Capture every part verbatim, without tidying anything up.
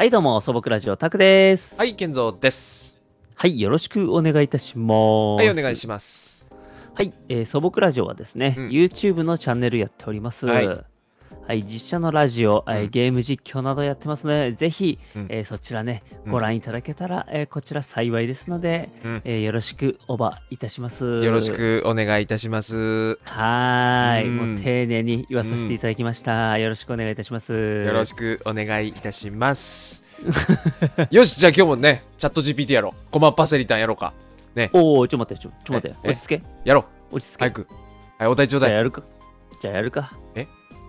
はい、どうも、素朴ラジオタクです。 はい、健三です。 はい、よろしくお願いいたします。 はい、お願いします。 はい、えー、素朴ラジオはですね、 うん。 YouTube のチャンネルやっております。 はい。 はい、実写のラジオ、 うん。 えーゲーム実況などやってますので、ぜひ、 うん。 えーそちらね、 うん。 ご覧いただけたら、えーこちら幸いですので、 うん。 えーよろしくおばいたしまよろしす。 くお願いいたします。うはーい、もうーん。 丁寧に言わうん。 させていただきました。よろしくお願いいたしまよろす。 しくお願いいたします。よし、じゃあ今日もね、チャット ジーピーティー やろう。コマパセリタンやろうか。ね。 おー、ちょっと待って、ちょ、ちょっと待って、 え、え、 落ち着け、 やろう。 落ち着け。 早く。はい、お題ちょうだい。 じゃあやるか。じゃあやるか。 え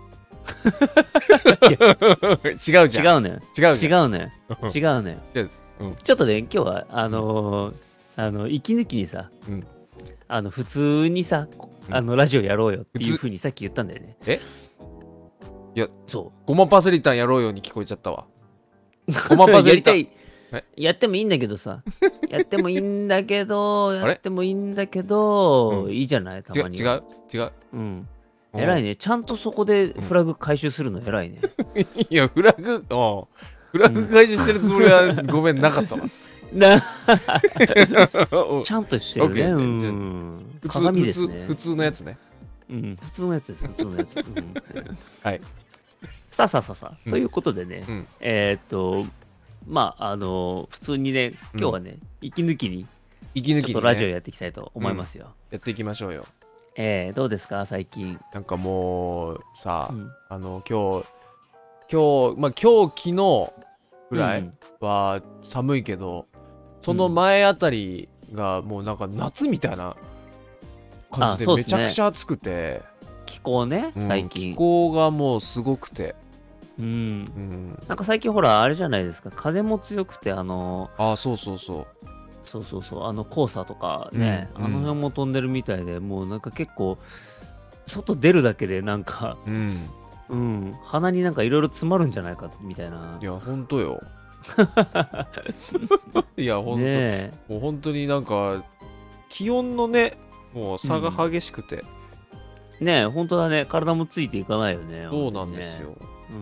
いや違うじゃん。 違うのよ。 違うじゃん。 違うのよ。違うのよ。 じゃあうん。 ちょっとね、今日は、あのーあの、息抜きにさ、 うん。 あの、普通にさ、 うんあの、ラジオやろうよっていう普通風にさっき言ったんだよね。 えいや、 そゴマパセリタンやろうように聞こえちゃったわ。ゴう。 マパセリタン。 やりたい。 えやってもいいんだけどさ。やってもいいんだけど、 あれやってもいいんだけうど、 ん。 いいじゃないた違う、 まには。 違う、違う。 うん。 うん。 偉いね。ちゃんとそこでうん。 フラグ回収するの偉いね。 いや、フラグ、うん。フラうん。 グ回収してるつもりはごめん、なかったわ。 な、 おちゃんとしてるね。うオッケーね。じゃあ、 ん。 普通、 鏡普通、 ですね。 普通のやつね。 うん、普通のやつです、普通のやつ。うん、 はい。 さあさあさあさあ、 うん。 ということでね、 うん。 えーっと、まあ、あの普通にね、 うん。 今日はね、息抜きに、 息抜ちょっとラジオきにね。 やっていきたいとうん。 思いますよ。 やっていきましょうよ。 えー、どうですか、最近。 なんかもう、さ、 うん。 あの、今日、今日、まあ、今日、昨日ぐらいうんは寒いけど、そのうん。 前あたりがもうなんか夏みたいな感あ、 じでそうですね。 めちゃくちゃ暑くて、 気候ね、 うん、気最近。 候がもうすごくて、 うん。 うん、 なんか最近ほら、あれじゃないですか、風も強くて、あの、 ああ、そうそうそそうそうそう、あの黄砂とかう。うん、 ね、あのうん、 辺も飛んでるみたいで、もうなんか結構、外出るだけでなんか、 うん。 うん、鼻になんかいろいろ詰まるんじゃないかみたいな。 いや、ほんとよ。いや、ほんと、 ねもう本当になんか、気温のね、もうえ。う差がん。 激しくて、 ねえ、ほんとだね。体もついていかないよね。ほんそうとにね。 なんですよ。 うん。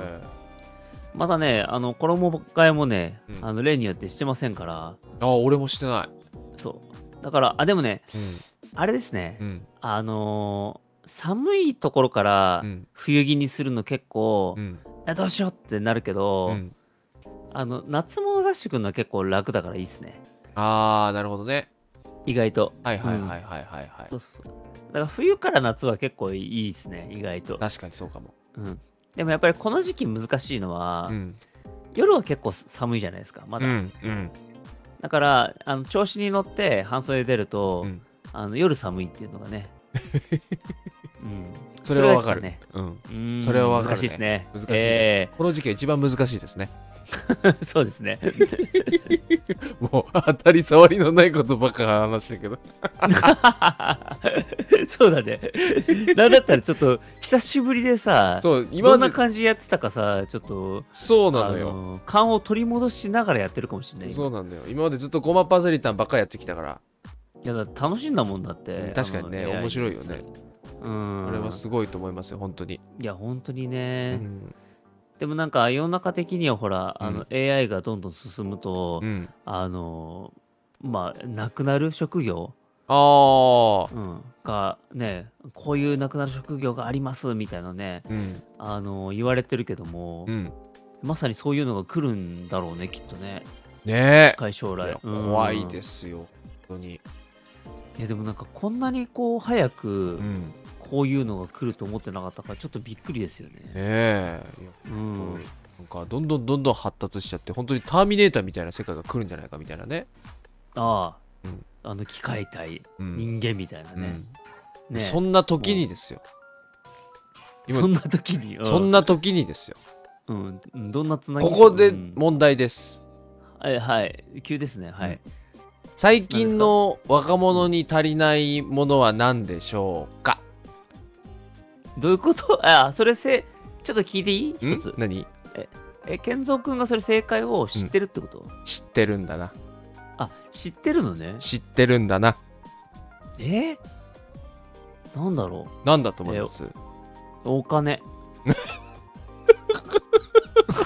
えまたね、あの、衣替えもね、 えうん。 あの、例によってしてませんから、 ああ、俺もしてない。 そう。だから、あ、でもね、 うん、 あれですね。 うん、 あのー寒いところからうん、 冬着にするの結構、 うん、 え、どうしようってなるけど、 うん。 あの、夏物出してくるのは結構楽だからいいっすね。 ああ、なるほどね。 意外と。 はいうん。 はいはいはいはいはい。 そうそう。だから冬から夏は結構いいですね、意外と。 確かにそうかも。 うん。でもやっぱりこの時期難しいのは、 うん、 夜は結構寒いじゃないですか、まだ。 うん、うん、 だから、あの調子に乗って半袖出ると、 うん。 あの夜寒いっていうのがね。うん。 それそれがはわかる。 ちょっとね、 うん。 うーそれはん、難わかるね。 しいですね。 難しいね。 えこの時期が一番難しいですね。 えー、そうですね。 もう当たり障りのないことばっか話してるけど。 そうだね。なんだったらちょっと久しぶりでさ、 そう、今どんなまで、 感じでやってたかさ、ちょっと、あそうなのよ。 の、勘を取り戻しながらやってるかもしれない、今。 そうなんだよ。今までずっとゴマパセリタンばっかりやってきたから。 いや、だって楽しいんだもんだっうん、 て、あの確かにね、面エーアイ のやつ。 白いよね。 うあれはん。 すごいと思いますよ、本当に。 いや、本当にね。 うん、 でもなんか世の中的にはほら、あのうん、 エーアイ がどんどん進むと、 うん。 あの、まあ、なくなる職業、 ああ、 うん、がね、こういうなくなる職業がありますみたいなね、 うん、 あの、言われてるけども、 うん。 まさにそういうのが来るんだろうね、きっとね。 ね近い将え。いや、 来。う怖いん。 ですよ、本当に。 いや、でもなんかこんなにこう早く、 うん。 こういうのが来ると思ってなかったから、ちょっとびっくりですよねね。 え。いや、 うほんとん。 なんか、どんどんどんどん発達しちゃって、本当にターミネーターみたいな世界が来るんじゃないかみたいなね。 あうん、 あ、あの機械対うん、 人間みたいなね。 うん。そねんな時もう、 にですよ。今、 そんな時に、うん、 そんな時にですよ。 うん、うんどんなつなぎですか？ ここでうん。 問題です。 はい、はい、急ですね。 うん。 はい。 最何ですか？ 近の若うん。 者に足りないものは何でしょうか？ どういうこと？あ、それせ、ちょっと聞いていい？一つ。 ん何？ え、え、健三くんがそれ正解を知っうん。 てるってこと？ 知ってるんだな。 あ、知ってるのね。 知ってるんだな。 えー、なんだろなんだとう。え、 思います？ お金。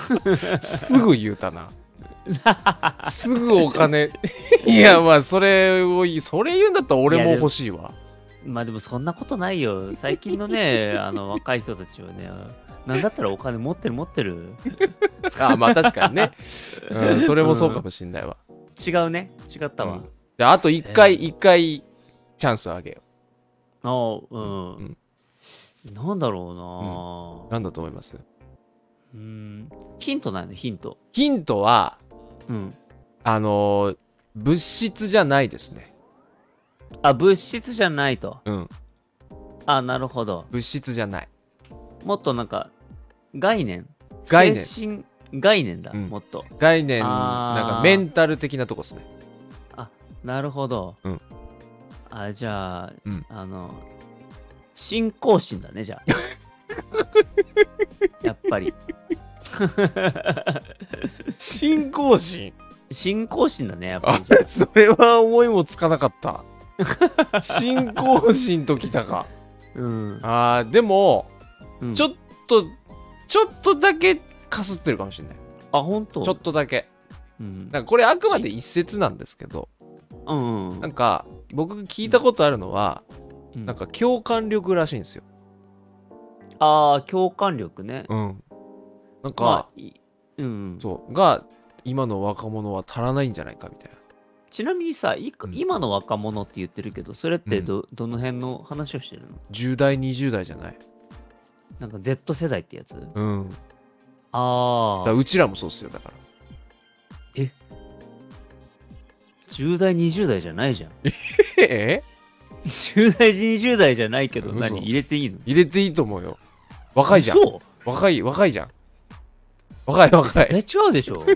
すぐ言うたな。すぐお金いやまあそれをそれ言うんだったら俺も欲しいわ。 まあでもそんなことないよ。最近のね、あの若い人たちはね、なんだったらお金持ってる持ってる。 あまあ確かにね、うん、それもそうかもしんないわ。 違うね。違ったわ。 うんであと一回一回チャンスあげよああ、うん。 うんなんだろう。なんだと思います？ うな。うん。ヒントないの、ヒント。 ヒントはうん。 あのー物質じゃないですね。 あ、物質じゃないと。 うんあ、なるほど。 物質じゃない。 もっとなんか、概念。 概念精神概念だ、 うんもっと。 概念あーなんかメンタル的なとこですね。 あ、なるほど。 うんあ、じゃあ、 うんあの、信仰心だね、じゃあ。やっぱり。 信仰心信仰心だね、やっぱありじゃあ。 それは思いもつかなかった信仰心ときたか。 うん。 あーでもうんちょっとちょっとだけかすってるかもしれない。 あ、ほんとちょっとだけうん。 なんかこれあくまで一説なんですけど、 うんうん。 なんか僕が聞いたことあるのは、 うんなんか共感力らしいんですよ。 ああ、共感力ね。 うんなんか、 まあ、いうん。 そうが今の若者は足らないんじゃないかみたいな。 ちなみにさ、いうん今の若者って言ってるけど、それってうんど、どの辺の話をしてるの？ じゅう代にじゅう代じゃない。 なんか Z 世代ってやつ？ うんだああ、 からうちらもそうっすよだから。 じゅう代、にじゅう代じゃないじゃん。 えじゅう代、にじゅう代じゃないけど、 嘘何入れていいの？ 入れていいと思うよ。若いじゃん。 そう若い若いじゃん。若い若い。 え、違うでしょ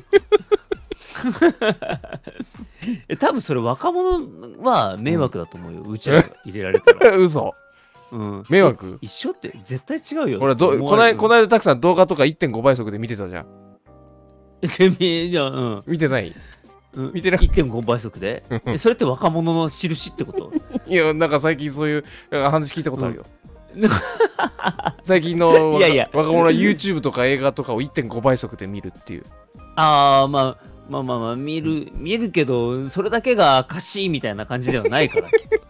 え、多分それ若者は迷惑だと思うよ。うちらが入れられたら。 嘘うん。 迷惑？ 一緒って絶対違うよ。 ほらど思わこないうんこないだたくさん動画とかいってんごばい速で見てたじゃん。 いや、うん。 見てないうん見てなかっいってんごばい速でえそれって若者の印ってこといやなんか最近そういう話聞いたことあるよ。最近の若いやいや若者は YouTube とか映画とかをいってんごばい速で見るっていう。 ああ、まあ、まあまあまあ、見る、見るけど、それだけが歌詞みたいな感じではないから。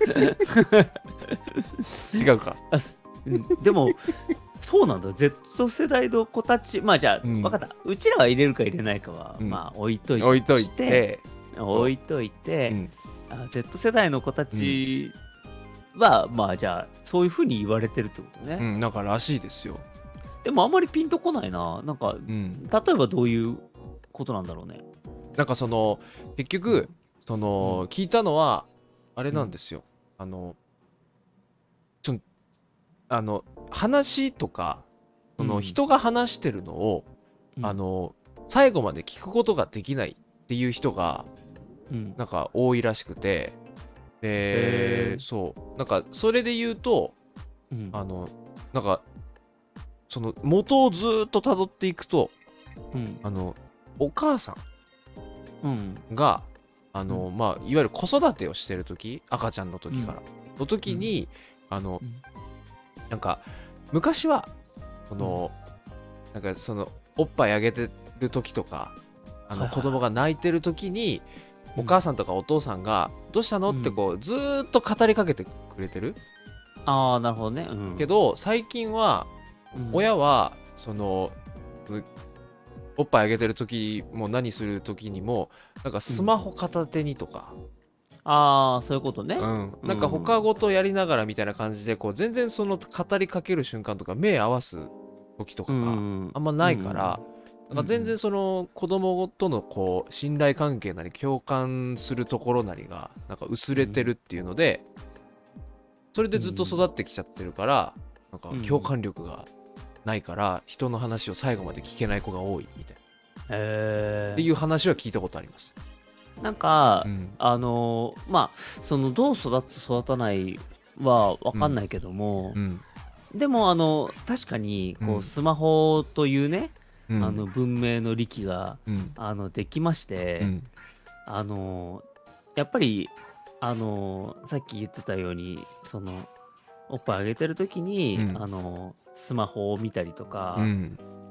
違うか。 あすうんでも、そうなんだ。Z 世代の子たち、まあじゃあ、 うん分かった。うちらは入れるか入れないかは、 うんまあ置いといて。 置いといて。 置いといて、 うんあ Z 世代の子たちは、まあじゃあ、そういうふうに言われてるってことね。 うんなんからしいですよ。 でもあんまりピンとこないな。なんか、 うん例えばどういうことなんだろうね。 なんかその結局その聞いたのはあれなんですよ。あのちょあの話とかそのうん人が話してるのを、 うんあの最後まで聞くことができないっていう人がうん。 なんか多いらしくて、でへーそうなんかそれで言うとうんあのなんかその元をずーっと辿っていくとうんあのお母さうんんがあの、まあいわゆる子育てをしてる時赤ちゃんの時から、の時に、あの、 うんなんか昔はその、なんかそのおっぱいあげてる時とかあのはいはい子供が泣いてる時に、 うんお母さんとかお父さんが「どうしたの?」ってこうずーっと語りかけてくれてる、 ああ、なるほどね。うん、 けど最近はうん、 親はそのうおっぱいあげてる時も何する時にもなんかスマホ片手にとか、 ああ、そういうことね。 うんなんか他事やりながらみたいな感じでこう全然その語りかける瞬間とか目合わす時とかがうんあんまないから、なんか全然その子供とのこう信頼関係なり共感するところなりがなんか薄れてるっていうので、それでずっと育ってきちゃってるからなんか共感力がないから人の話を最後まで聞けない子が多いみたいな、 へえっていう話は聞いたことあります。 なんか、 うんあのーまあそのどう育つ育たないは分かんないけども、 うんでもあの確かにこううんスマホというね、 うんあの文明の利器がうんあのできまして、 うんあのやっぱりあのさっき言ってたようにそのおっぱいあげてる時に、 うんあのスマホを見たりとか、 うん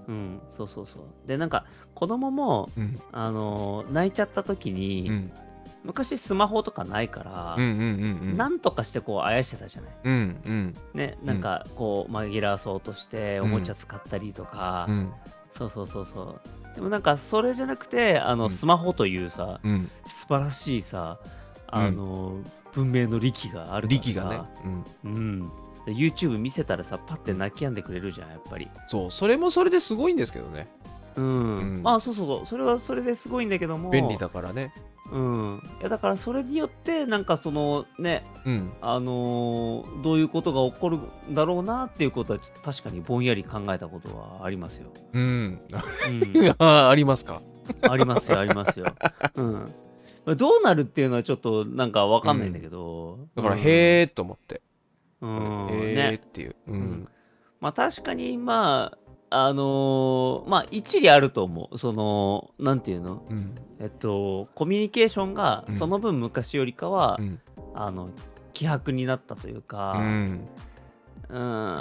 うん、そうそうそう。で、なんか子供も、 うんあのー泣いちゃった時に、 うん昔スマホとかないかうんうら、 んうんなんとかしてこうあやしてたじゃない。 うんうんね、なんかこう紛らわそうとしておもちゃ使ったりとか、 うんうんそうそうそうそう。でもなんかそれじゃなくて、あのうんスマホというさ、 うん素晴らしいさ、あの文明の利器があるからさ、 力がね、うん、 うん。で YouTube 見せたらさ、パッて泣き止んでくれるじゃん、やっぱり。 そうそれもそれですごいんですけどね。 うん。 うんまあそうそうそう。それはそれですごいんだけども、 便利だからね。 うん。いやだからそれによってなんかそのね、 うんあのーどういうことが起こるんだろうなっていうことはちょっと確かにぼんやり考えたことはありますよ。 うんうん。 あありますか。 ありますよ、ありますよ。うん。まどうなるっていうのはちょっとなんかわかんないんだけど。 だから、 うん、 へーと思ってうん。 へーね。 っていう、ううんん、まあ確かに、まあ、あのーまあ一理あると思う。その、なんていうのうんえっと、コミュニケーションがうんその分昔よりかは、 うんあの、希薄になったといううか、 んうん、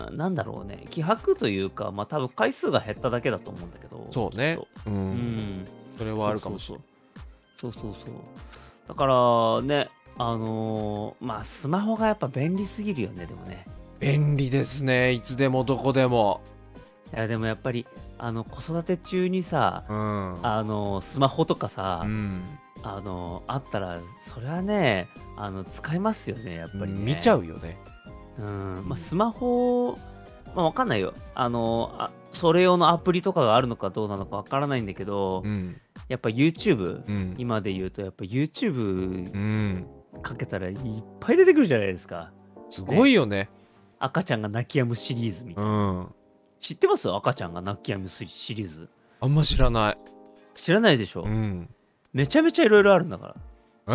なんだろうね。希薄というか、まあ多分回数が減っただけだと思うんだけど。 そうねきっとううんん。 それはあるかもしれない。 そうそうそう。だからね、あのーまあスマホがやっぱ便利すぎるよね、でもね。 便利ですね、いつでもどこでも。 いやでもやっぱり、あの子育て中にさ、 うんあのスマホとかさ、 うんあのあったら、それはね、あの使いますよね、やっぱりね。 見ちゃうよね。 うん、まあスマホ、まあわかんないよ。あのあ、それ用のアプリとかがあるのかどうなのかわからないんだけど、 うんやっぱ YouTube、 うん今で言うとやっぱ YouTube うんかけたらいっぱい出てくるじゃないですか。 すごいよね。 赤ちゃんが泣き止むシリーズみたういな。 ん知ってます？赤ちゃんが泣き止むシシリーズ。 あんま知らない。 知らないでしょ？ うんめちゃめちゃいろいろあるんだから。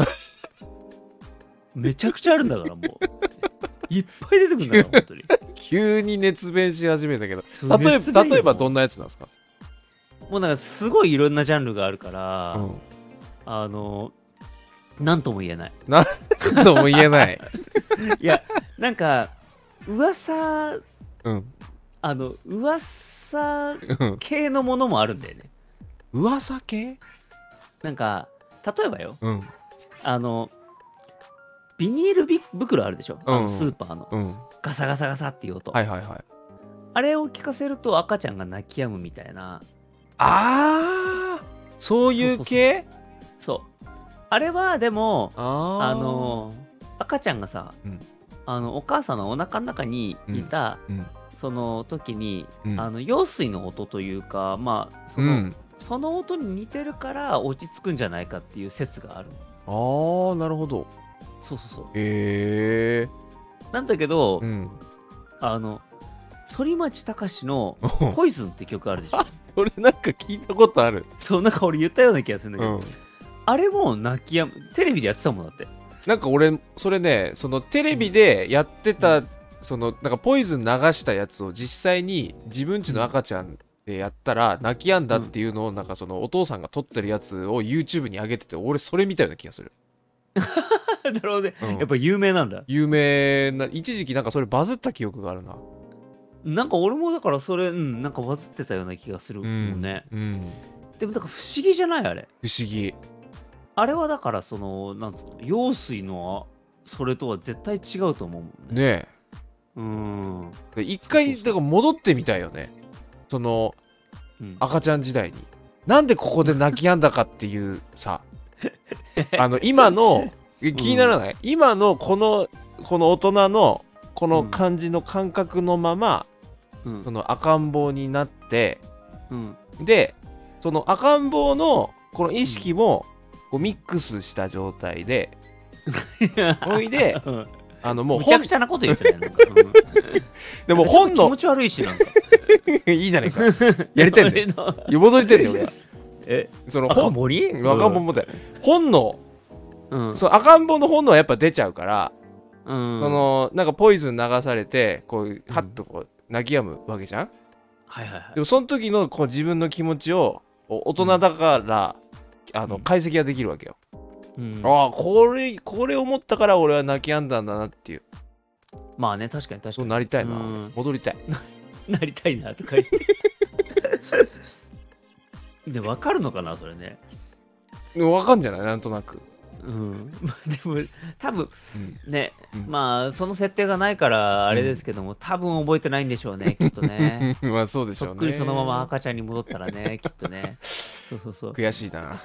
めちゃくちゃあるんだからもう。いっぱい出てくるんだから、本当に。 急に熱弁し始めたけど、 そう例えば熱弁よ例えばどんなやつなんですか？ もうなんかすごいいろんなジャンルがあるから、 うんあの、なんとも言えない。 なんとも言えない。 いや、なんか、噂、 うんあの、噂うん系のものもあるんだよね。 噂系？ なんか、例えばよ、 うんあの、ビニールビ袋あるでしょ、あうんのスーパーの。 うんガサガサガサっていう音。 はいはいはい。 あれを聞かせると赤ちゃんが泣き止むみたいな。 ああそういう系？ そう。あれはでも、 あーあの、赤ちゃんがさ、 うんあのお母さんのお腹の中にいた、 うんその時に、 うんあの羊水の音というか、まあその、 うんその音に似てるから落ち着くんじゃないかっていう説がある。 あーなるほど。 そうそうそう。 へえなんだけど、 うんあの反町隆史の「ポイズン」って曲あるでしょ。 それなんか聞いたことある。 そう、なんか俺言ったような気がするんだけど、 うんあれも泣きやむ、テレビでやってたもんだって。 なんか俺それねそのテレビでやってた、そのなんかポイズン流したやつを実際に自分家の赤ちゃんでやったら泣き止んだっていうのをなんかそのお父さんが撮ってるやつを YouTube に上げてて、俺それ見たような気がする。 なるほどね、 うんやっぱ有名なんだ。 有名な、一時期なんかそれバズった記憶があるな。 なんか俺もだからそれ、うん、なんかバズってたような気がするもんね。 うんでもだから不思議じゃないあれ。 不思議。 あれはだからその、なんつうの、羊水のそれとは絶対違うと思うもんね。 ねうーん。 え一回だから戻ってみたいよね、そのうん、 赤ちゃん時代になんでここで泣き止んだかっていうさあの今の気にならない、今のこのこの大人のこの感じの感覚のまま、 うんその赤ん坊になってうん、 でその赤ん坊のこの意識もこうミックスした状態で、おいでうんあのもうむちゃくちゃなこと言ってたよなんか、うんでも本の気持ち悪いしなんかいいじゃないかやりたいんだよよ戻りてんだよ俺はえその赤ん坊に赤ん坊もだよ本のうんその赤ん坊の本能はやっぱ出ちゃうから、 うんそのなんかポイズン流されてこうハッとこう泣き止むわけじゃん。 はいはいはいでもその時のこう自分の気持ちをお大人だから、あのうん解析ができるわけよ。 うんああこれこれ思ったから俺は泣き止んだんだなっていう。 まあね確かに確かそうになりたいな、 うん戻りたい。 なりたいなとか言ってで、わかるのかな、それね。 わかんじゃないなんとなく。 うん。まあでも、多分うんね、 うんまあ、その設定がないからあれですけども、多分覚えてないんでしょうね、きっとね。 まあそうでしょね。 そうっくりそのまま赤ちゃんに戻ったらね、きっとね。そうそうそう。 悔しいな。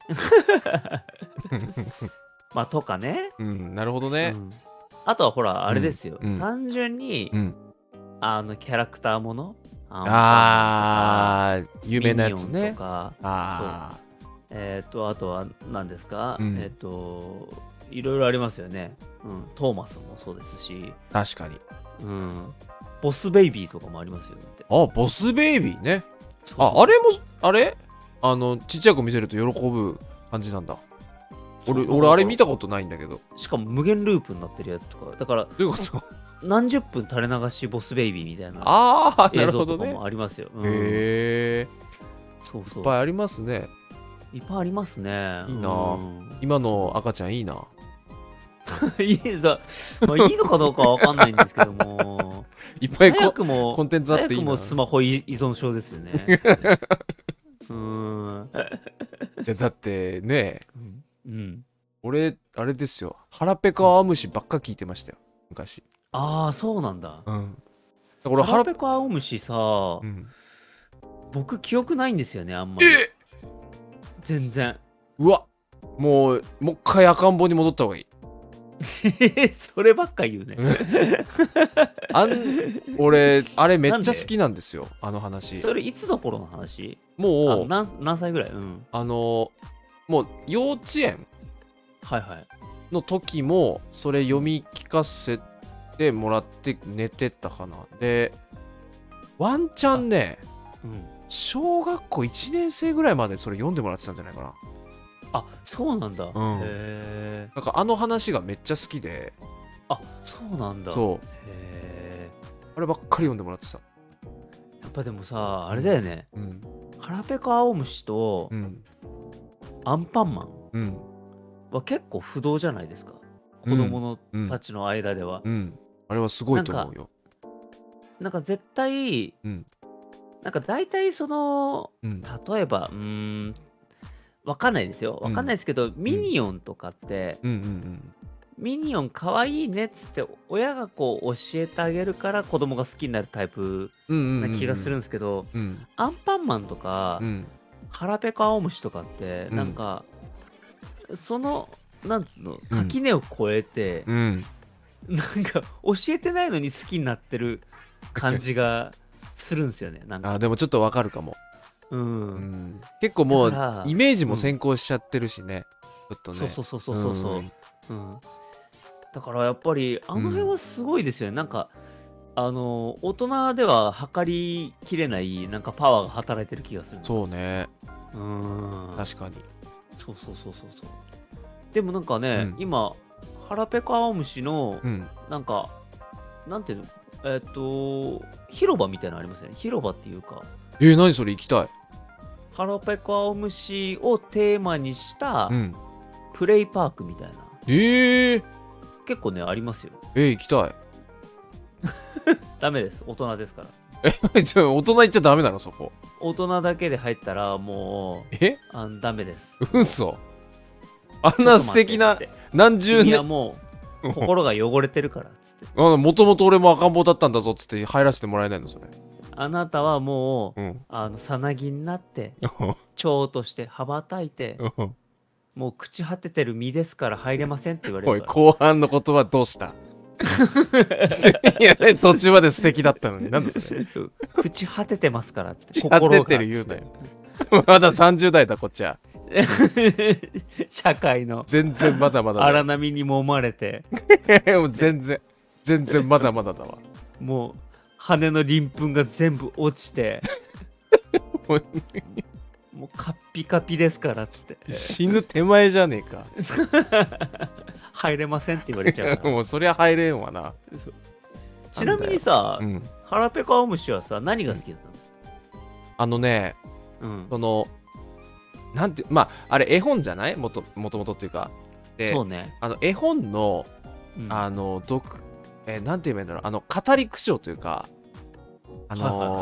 まあ、とかね。 うん、なるほどね。 うん。あとはほら、あれですよ。 うんうん単純に、 うん。 あの、キャラクターもの、アンパンマンとか、 あー、有名なやつミニオンねと。か、 あえっ、と、あとは何ですか、 うんえっ、と、いろいろありますよね。うん。トーマスもそうですし、 ー、確かに。 うん。ボスベイビーとかもありますよって。 あ、ボスベイビーね。 そうそうあ、あれも、あれあの、ちっちゃい子見せると喜ぶ感じなんだ。俺、 そう俺あれ見たことないんだけど。 しかも無限ループになってるやつとか、だからどういうこと何十分垂れ流しボスベイビーみたいなああ、な映るほどね。 像とかもありますよ。うんへえ。 そうそう。 いっぱいありますね。 いっぱいありますね。 いいなうん今の赤ちゃんいいな。 いいさ、まあ、いいのかどうかは分かんないんですけども、 いっぱい早こくも、 コンテンツあっていいな。 早くもスマホ依依存症ですよね。うーん。 いやだってね、 うん。 俺、あれですよ。腹ペコアムシばっか聞いてましたよ。昔。 ああ、そうなんだ。 うん。だから俺腹腹ペコ青虫さ、 うん。 僕記憶ないんですよね、あんまり。 え全然。 うわもう、もう一回赤ん坊に戻った方がいい。 そればっか言うね。 あん俺、あれめっなんでちゃ好きなんですよ。あの話。 それいつの頃の話あもう、 何何歳ぐらいうん。 あの、もう幼稚園はいはい。 の時も、それ読み聞かせてもらって寝てたかな。で、ワンチャンね、 うん。 小学校いちねん生ぐらいまでそれ読んでもらってたんじゃないかな。 あ、そうなんだ。 んへえ。 なんかあの話がめっちゃ好きで、 あ、そうなんだ。 そう、 へえ。 あればっかり読んでもらってた。 やっぱでもさ、あれだよね。 うん、 腹ペコ青虫とうん、 アンパンマンうん、 は結構不動じゃないですか。子供のうん、 たちの間では。 うん。あれはすごいと思うよ。 なんか絶対、 うん、 なんか大体その、 うん、 例えば、うーん、わかんないですよ。わかんないですけど、ミニオンとかって、 うん、うん、うん。 ミニオンかわいいねっつって親がこう教えてあげるから子供が好きになるタイプうんうんうんうなん気がするんですけど、 うんアンパンマンとか、 うん腹ペコ青虫とかってうんなんか、そのなんつうのうん垣根を越えて、 うんなんか教えてないのに好きになってる感じがするんですよね。なんかあでもちょっとわかるかも、 う、 うんん、結構もうだからイメージも先行しちゃってるしね、ちょっとねそうそうそうそうそうそう、 んうん、だからやっぱりあの辺はすごいですよね。なんかあの大人では測りきれないなんかパワーが働いてる気がする。 そうね、 うーん。 確かに。 そうそうそうそうそう。でもなんかね、 うん今腹ペコ青虫のうんなんかなんていうのえっと広場みたいなのありますよね。広場っていうかえー、何それ行きたい。 腹ペコ青虫をテーマにしたうんプレイパークみたいな、 えー、 結構ねありますよ。 えー、行きたい。 ダメです。大人ですから。 えちょ大人行っちゃダメなのそこ。 大人だけで入ったらもうえあのダメです。 嘘。あんな素敵なちょっと待ってっつって何十君は年もう心が汚れてるからっつってもともと俺も赤ん坊だったんだぞっつって入らせてもらえないのそれ。 あなたはもう、 うんあのさなぎになって蝶として羽ばたいてもう朽ち果ててる身ですから入れませんって言われおいるから。 後半の言葉どうしたいやね途中まで素敵だったのになんだそれ。 朽ち果ててますからっつって朽ち果ててる言うなよまださんじゅう代だこっちは。 社会の全然まだまだだ荒波に揉まれてもう全然全然まだまだだわ。 もう羽の鱗粉が全部落ちてもうもうカッピカピですからっつって死ぬ手前じゃねえか入れませんって言われちゃうから。 もうそりゃ入れんわな。 ちなみにさ、 うん腹ペコ青虫はさ何が好きだっあのねたの？うんそのなんてまああれ絵本じゃないもともともとっていうかでそうね、 あの絵本のうんあの読えなんて言えばいいんだろうあの語り口調というかあの、 はいはいはい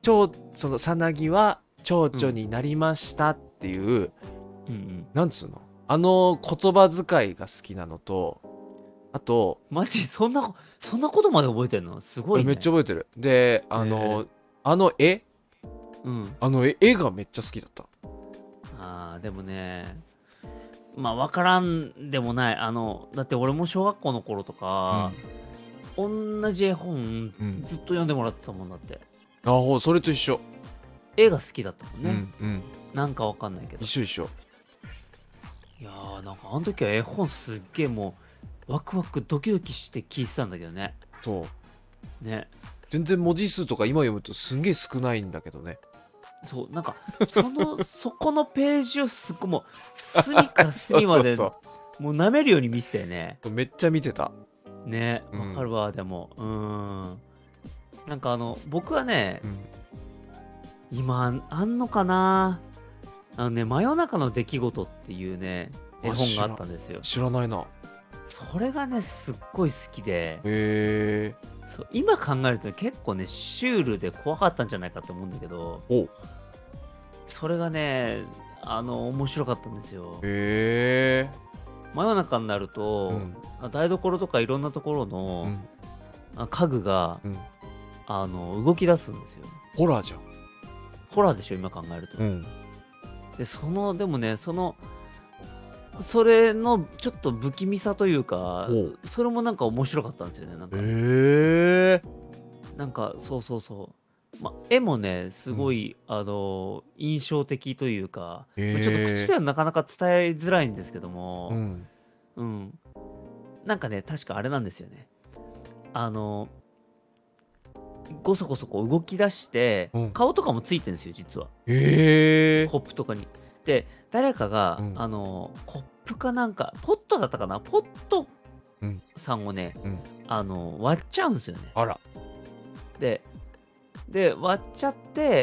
蝶そのさなぎは蝶々になりましたっていう、 うんうん、 なんつうのあの言葉遣いが好きなのと、あとマジそんなそんなことまで覚えてんのすごいね。 めっちゃ覚えてる。であの、あの絵うんあの絵絵がめっちゃ好きだった。 あーでもねまあ分からんでもない。あのだって俺も小学校の頃とか、同じ絵本うんずっと読んでもらってたもんだって。 あほうそれと一緒。 絵が好きだったもんうね、 んうんなんかわかんないけど。 一緒一緒。 いやーなんかあの時は絵本すっげえもうワクワクドキドキして聞いてたんだけどね。 そうね全然文字数とか今読むとすんげえ少ないんだけどね。 そうなんかそのそこのページをすっごいもう隅から隅までそうもう舐めるように見せてね。 そうめっちゃ見てた。 ねうんわかるわ。でもうーんなんかあの僕はね、 うん今あんのかなあのね真夜中の出来事っていうね絵あ本があったんですよ。 知らないな。 それがねすっごい好きで、 へえそう今考えると結構ねシュールで怖かったんじゃないかと思うんだけど、 おそれがねあの面白かったんですよ。 へえ真夜中になると、 うん台所とかいろんなところうの、 んあ家具がうんあの動き出すんですよ。 ホラーじゃん。 ホラーでしょ今考えると。 うんでそのでもねそのそれのちょっと不気味さというかおうそれもなんか面白かったんですよね。なんか、 へえなんかそうそうそう、ま、絵もねすごい、あの印象的というか、 へーまちょっと口ではなかなか伝えづらいんですけどうも、 んうん、なんかね確かあれなんですよね。あのごそごそこう動き出して、 うん顔とかもついてるんですよ実は。 へえコップとかに。で誰かが、 うんあのコップかなんかポットだったかなポットうんさんをね、 うんあの割っちゃうんですよね。 あらでで割っちゃって、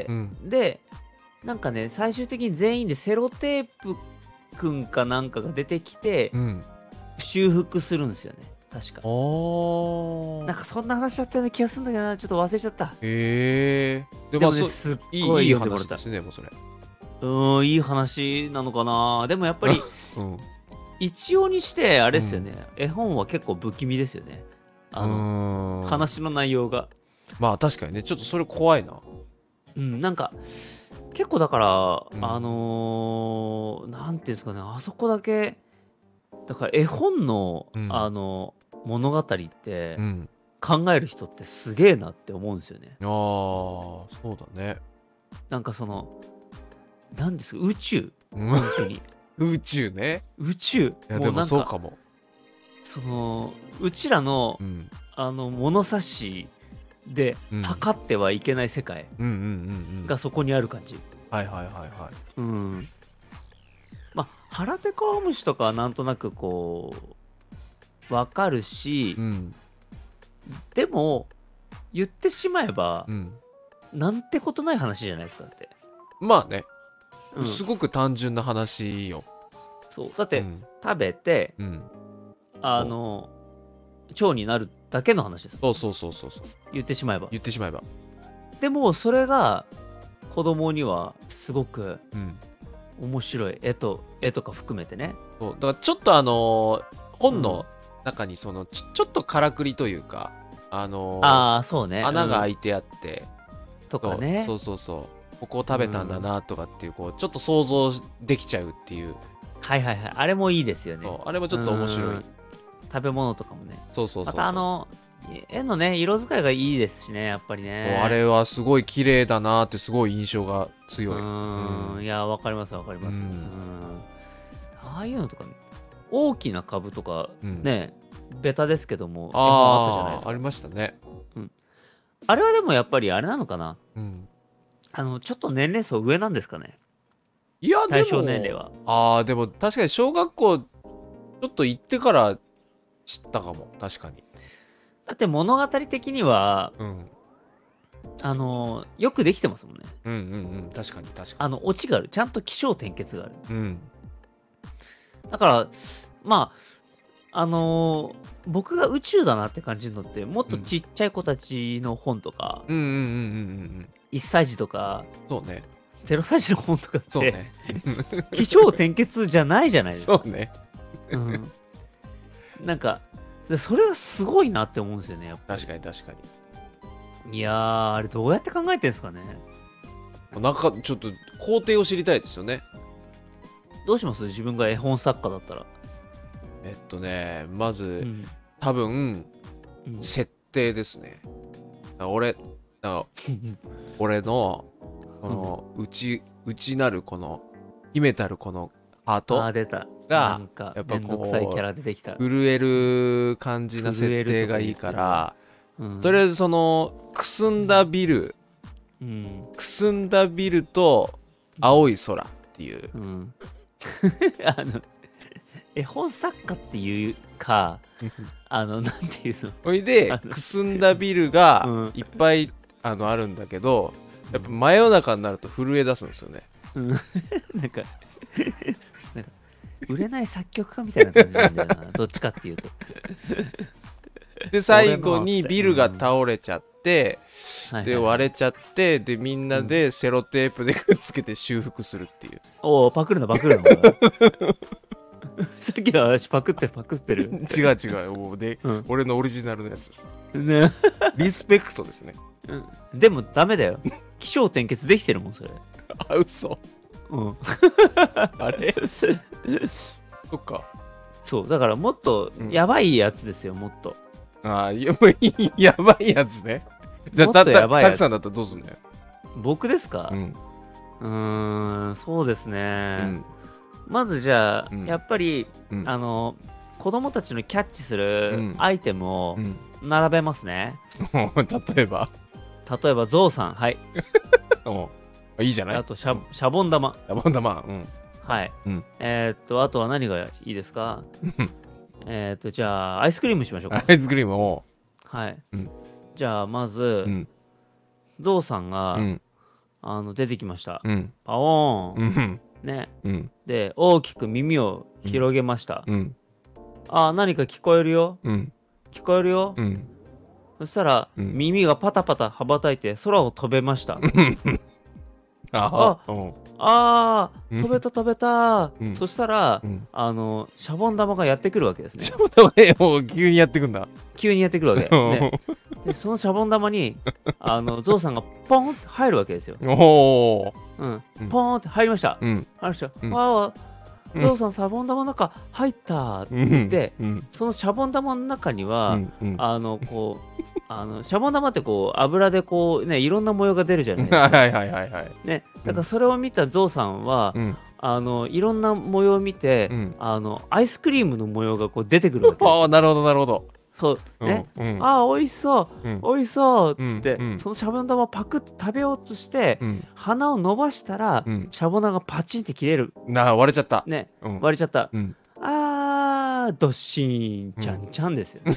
うんでなんかね最終的に全員でセロテープくんかなんかが出てきて、 うん修復するんですよね確か。 ああなんかそんな話だったような気がするんだけどな、ちょっと忘れちゃった。 へえででもねもまあそうすっいごいいいい読んでもらった。 話ですねもうそれ。 うーんいい話なのかな。でもやっぱりうん一応にしてあれですよね、絵本は結構不気味ですよね。あのの話の内容が。 まあ確かにねちょっとそれ怖いな。 うんなんか結構だから、 うんあのー、なんていうんですかね、あそこだけだから絵本の、 うんあの物語ってうん考える人ってすげえなって思うんですよね。 ああそうだね。 なんかそのなんですか宇宙うん本当に宇宙ね。 宇宙いやでももうなんかそうかも。 そのうちらのうんあの物差しでうん測ってはいけない世界うんうんうんうんがそこにある感じ。 はいはいはいはい。 うん。まあ腹ペコアムシとかはなんとなくこうわかるし、 うんでも言ってしまえば、 うんなんてことない話じゃないですかだって。 まあね、 うん、 すごく単純な話よ。 そうだって、 うん食べてうんあの腸になるだけの話です。 そうそうそうそうそう言ってしまえば。 言ってしまえば。 でもそれが子供にはすごくうん面白い絵と絵とか含めてね。 そうだからちょっとあのー本の中にそのちょちょっとからくりというかあのーああそうね。 穴が開いいてあって、 とかね。 そうそうそうそうここを食べたんだなとかっていうこうちょっと想像できちゃうっていう、 はいはいはい。あれもいいですよね。 そうあれもちょっと面白い。 うん食べ物とかもね。 そうそうそうそうまたあの絵のね色使いがいいですしねやっぱりもうね。 あれはすごい綺麗だなってすごい印象が強い。 うーんいやわかりますわかります。 ううんんああいうのとか大きな株とかうんね、ベタですけども絵本あったじゃないですか。 あーありましたね。 あれはでもやっぱりあれなのかな。 うんあのちょっと年齢層上なんですかね。 いやでも対象年齢は。 ああでも確かに小学校ちょっと行ってから知ったかも確かに。 だって物語的にはうんあのよくできてますもんね。 うんうんうん確かに確かあのオチがある。ちゃんと起承転結がある。 に。うんだからまああのー僕が宇宙だなって感じるのって、もっとちっちゃい子たちの本とか、 うんうんうんうんうんいっさい児とか、 そうねゼロさい児の本とかって、 そうね起承転結じゃないじゃないですか。 そうねうん、なんか、でそれがすごいなって思うんですよね、やっぱ確かに確かり。いやー、あれどうやって考えてんですかね。 になんかちょっと工程を知りたいですよね。 どうします自分が絵本作家だったら。 えっとねまず、 うん。 多分うん。 設定ですね。俺あ俺のこの内内なるこの秘めたるこのハーあトー、出た。ながんか、 やっぱめんどくさいキャこラ出てきた。 う震える感じな設定がいいからうん。 とりあえずそのくすんだビルうん。 くすんだビルと青い空っていううん。あの、絵本作家っていうか、あの、なんていうの。 ほいであのくすんだビルがうんいっぱいあのあるんだけどやっぱ真夜中になると震え出すんですよね。 うん。なんか、なんか、売れない作曲家みたいな感じなんだよな。どっちかっていうと。 で最後にビルが倒れちゃってはいはいで割れちゃってでみんなでセロテープでくっつけて修復するっていう。 おお、パクるのパクるの。さっきの話パクってるパクってる。 違う違うもうで、 うん俺のオリジナルのやつです。 ね、 リスペクトですね。 うんでもダメだよ。起承転結できてるもん、それ。 あ嘘うん。 あれそっか。 そう、だからもっとうんやばいやつですよ、もっと。 ああやばいやばいやつね。じゃあもったたとやばいやつたくさんだったらどうすんだよ。 僕ですか。 うんうーん、そうですうね。 んまずじゃあ、 うんやっぱり、 うんあの、子供たちのキャッチすうるんアイテムをうん並べますね。 例えば例えば、ゾウさん、はい。 おいいじゃない。 あとシャ、シャボン玉。 ダボン玉うんはい。 うんえーっと、あとは何がいいですか。えーっと、じゃあ、アイスクリームしましょうか。 アイスクリームをはい。 うんじゃあ、まず、 うんゾウさんが、 うんあの出てきました。 うんパオーン。 うんね。 うんで、大きく耳を広げました。 うんあ、何か聞こえるよ。 うん聞こえるよ。 うんそしたら、 うん耳がパタパタ羽ばたいて空を飛べました。 ああうんあー、 うん飛べた飛べた。 うんそしたら、 うんあの、シャボン玉がやってくるわけですねち。ょっと待ってもう急にやってくんだ。 急にやってくるわけ。ね、で、そのシャボン玉に、あの、ゾウさんがポンって入るわけですよ。 おおうんう。んポーンって入りました。 うん入りました。 うんわあ、 うんゾウさん、シャボン玉の中入った。 うんで、 うんそのシャボン玉の中には、 うんうんあの、こう、あの、シャボン玉ってこう、油でこう、ね、いろんな模様が出るじゃないですか。 はいはいはいはいね、だからそれを見たゾウさんは、 うんあの、いろんな模様を見て、 うんあの、アイスクリームの模様がこう出てくるわけです。 ああなるほどなるほど。 そう、ね。 うんうんああ、美味しそう、 うん美味しそうっつって、 うんうんそのシャボン玉をパクって食べようとして、 うん鼻を伸ばしたら、 うんシャボン玉がパチンって切れる。 なあ割れちゃった。 ね、 うん割れちゃった。 うんあー、ドッシーン、ちゃんちゃんですよ。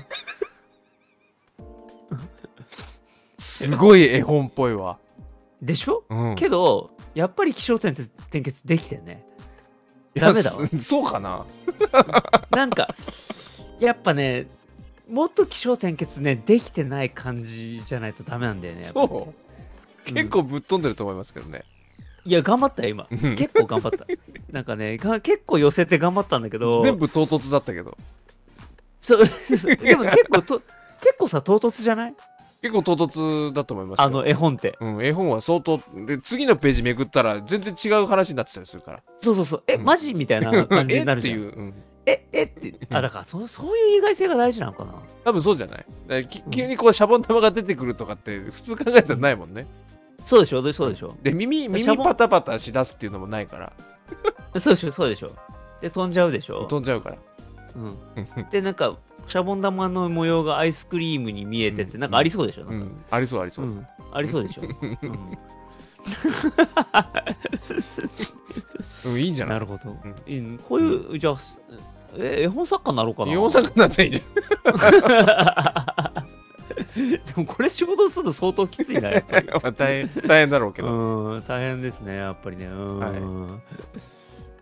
すごい絵本っぽいわ。 でしょ、 うんけど、やっぱり起承転結転結できてね。 いやダメだわすそうかな。 なんか、やっぱね、もっと起承転結ね、できてない感じじゃないとダメなんだよね。やっぱそううん結構ぶっ飛んでると思いますけどね。 いや、頑張ったよ、今。 うん結構頑張った。なんかね、が結構寄せて頑張ったんだけど、 全部唐突だったけどそうでも結構と、結構さ、唐突じゃない結構唐突だと思いますよ。 あの絵本って。 うん、絵本は相当で次のページめくったら全然違う話になってたりするから。 そうそうそう。え、 うんマジみたいな感じになるじゃん。 えっていう、うん、 え、えって。あ、だからそ、そういう意外性が大事なのかな。 多分そうじゃないだからき急にこうシャボン玉が出てくるとかって普通考えたらないもんね。 そうでしょ、そうでしょ。 で耳耳シャボンパタパタしだすっていうのもないからそうでしょ、そうでしょ。で、飛んじゃうでしょ。 飛んじゃうから。 うん。で、なんか、シャボン玉の模様がアイスクリームに見えてて、 うんなんかありそうでしょ。なんかうん、ありそうありそうう。 ん。ありそうでしょ。うんうん、いいんじゃない。 なるほど。 んうんこういう、じゃあ、すえ、絵本作家になろうかな。 日本作になったらいいじでもこれ仕事すると相当きついな、やっぱり。 ゃん。まあ大変大変だろうけど。 うん、大変ですね、やっぱりね。うん。 はい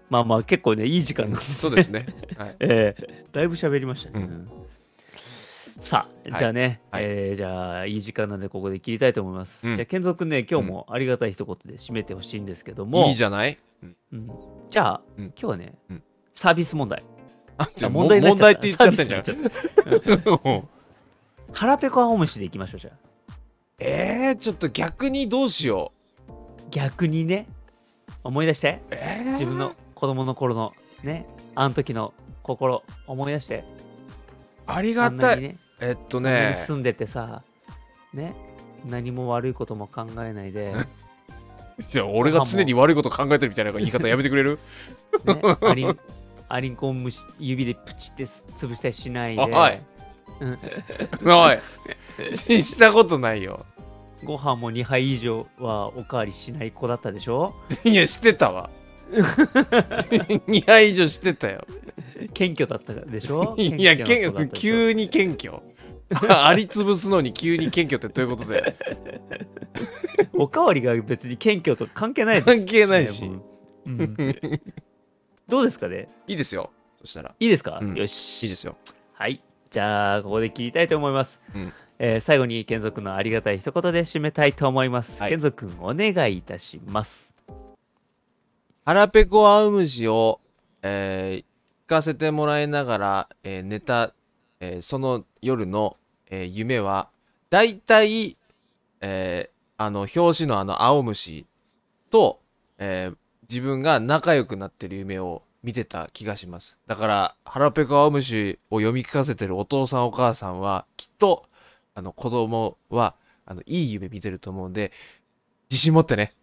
まあまあ結構ねいい時間なんで、 そうですね。はい。 えー、だいぶ喋りましたね。 うん、 さあ、 はい、 じゃあね、 はい。 えー、じゃあいい時間なんでここで切りたいと思います。 うん、 じゃあ健三くんね、今うん。 日もありがたい一言で締めてほしいんですけどいいも、 じゃない。うん、 うん、じゃあうん、 今日はね、 うん。 サービス問題。 あ、じゃあ、 あ、 問も、 題になっちゃった。 問題って言っサーちゃってんじゃん。 ビスになっちゃった。うん、 うん腹ペコ青虫でいきましょう、じゃあ。 えー、ちょっと逆にどうしよ逆にね、思い出して。 う。え自分の子供の頃のね、あの時の心、思い出して。 ー、ありあがたい。 んなにね、 えっとあんなにね、 住んでてさ、ね、何も悪いことも考えないで、 いや俺が常に悪いこと考えてるみたいな言い方やめてくれる。 ね、アリン、アリンコをむし指でプチって潰したりしないで、 おい、 うん、 おい、ししたことないよ。 ご飯もにはい以上はおかわりしない子だったでしょ。 いや、してたわ。にはい以上してたよ。 謙虚だったでしょ。 いや、 謙虚な子だけったでしょ。 急に謙虚。ありつぶすのに急に謙虚ってどういうことで。 おかわりが別に謙虚と関係ないです関係ないし。 ね、うん、どうですかね。 いいですよ。そしたら。 いいですか、 うん、 よし。 いいですよ。 はい。じゃあ、ここで切りたいと思います。 うん、 えー最後に、健三くんのありがたい一言で締めたいと思います。 はい。 健三くん、お願いいたします。 腹ペコアウムシを、えー聞かせてもらいながら、えー寝た、えーその夜の、えー夢は、だいたい、えーあの、表紙のあの青虫と、えー自分が仲良くなってる夢を見てた気がします。だから、腹ペコ青虫を読み聞かせてるお父さんお母さんは、きっと、あの、子供は、あの、いい夢見てると思うんで、自信持ってね。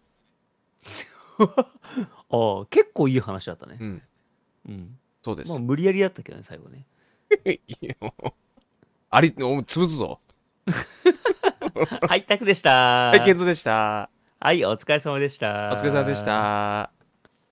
ああ、結構いい話だったね。 うん、 うん。まあ、 そうです。 無理やりだったけどね、最後ね。 いやもうあり、お潰すぞ。 はい、タクでしはい、ケンた。 ゾでした。 はい、お疲れ様でしお疲れ様でした。 た。